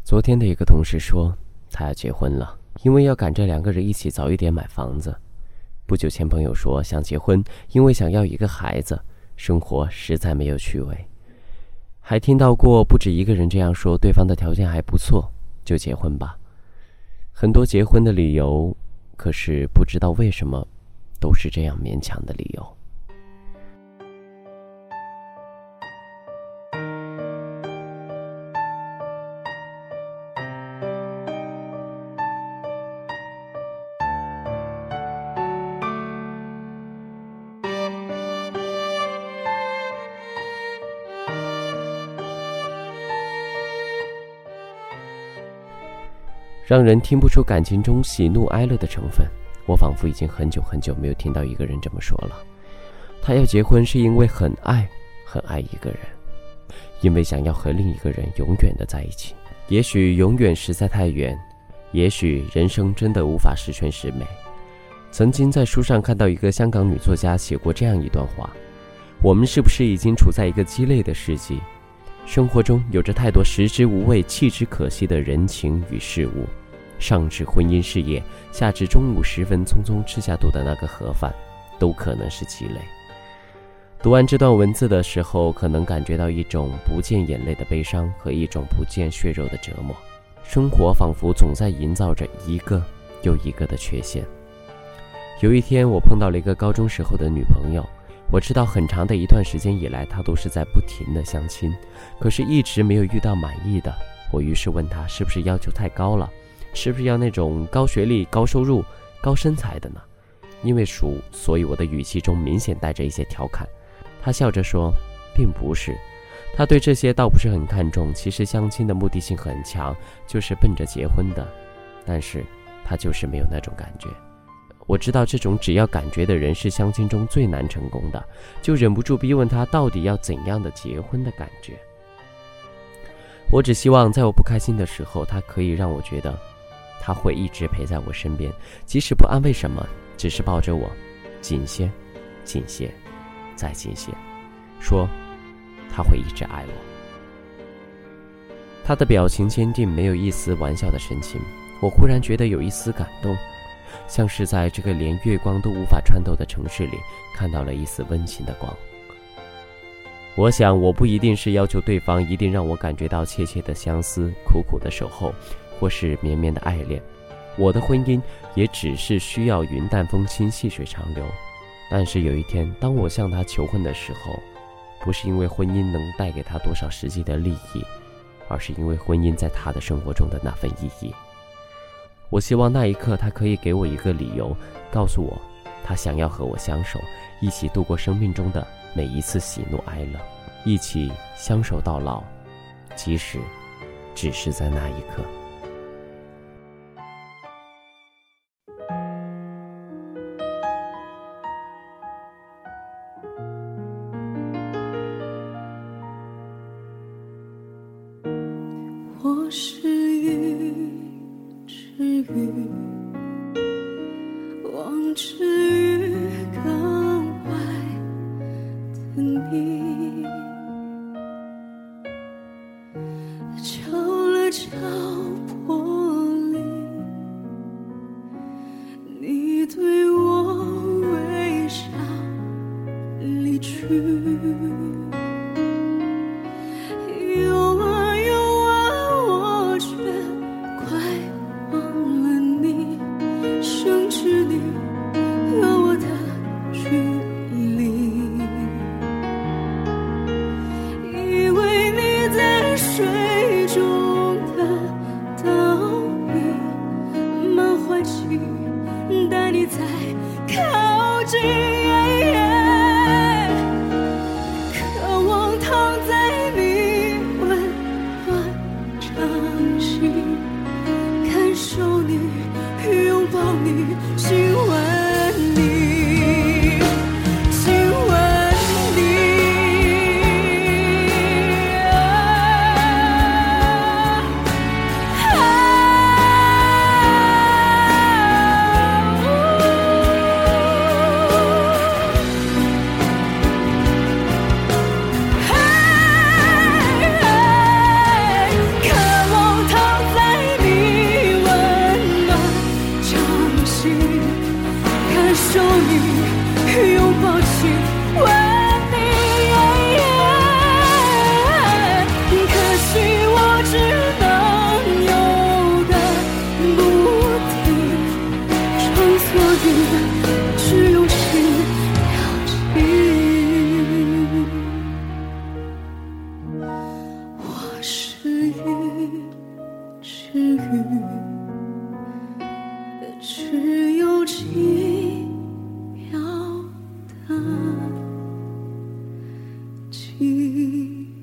昨天的一个同事说他要结婚了，因为要赶着2个人一起早一点买房子。不久前朋友说想结婚，因为想要一个孩子，生活实在没有趣味。还听到过不止一个人这样说，对方的条件还不错，就结婚吧。很多结婚的理由，可是不知道为什么都是这样勉强的理由。让人听不出感情中喜怒哀乐的成分，我仿佛已经很久很久没有听到一个人这么说了。他要结婚是因为很爱一个人，因为想要和另一个人永远的在一起。也许永远实在太远，也许人生真的无法十全十美。曾经在书上看到一个香港女作家写过这样一段话：我们是不是已经处在一个鸡肋的世纪？生活中有着太多食之无味弃之可惜的人情与事物，上至婚姻事业，下至中午时分匆匆吃下肚的那个盒饭，都可能是鸡肋。读完这段文字的时候，可能感觉到一种不见眼泪的悲伤和一种不见血肉的折磨。生活仿佛总在营造着一个又一个的缺陷。有一天我碰到了一个高中时候的女朋友，我知道很长的一段时间以来，她都是在不停的相亲，可是一直没有遇到满意的。我于是问她是不是要求太高了，是不是要那种高学历、高收入、高身材的呢？因为熟，所以我的语气中明显带着一些调侃。她笑着说并不是，她对这些倒不是很看重，其实相亲的目的性很强，就是奔着结婚的，但是她就是没有那种感觉。我知道这种只要感觉的人是相亲中最难成功的，就忍不住逼问他到底要怎样的结婚的感觉。我只希望在我不开心的时候，他可以让我觉得他会一直陪在我身边，即使不安慰什么，只是抱着我紧些紧些再紧些，说他会一直爱我。他的表情坚定，没有一丝玩笑的神情，我忽然觉得有一丝感动，像是在这个连月光都无法穿透的城市里看到了一丝温馨的光。我想我不一定是要求对方一定让我感觉到切切的相思、苦苦的守候，或是绵绵的爱恋。我的婚姻也只是需要云淡风轻、细水长流。但是有一天当我向他求婚的时候，不是因为婚姻能带给他多少实际的利益，而是因为婚姻在他的生活中的那份意义。我希望那一刻他可以给我一个理由，告诉我他想要和我相守，一起度过生命中的每一次喜怒哀乐，一起相守到老，即使只是在那一刻。 我是一只鱼，望着鱼缸外的你，敲了敲玻璃，你对我微笑离去。带你再靠近，渴望躺在你温暖掌心，感受你，拥抱你，亲吻你，亲吻你。渴望躺治愈，只有轻描淡写。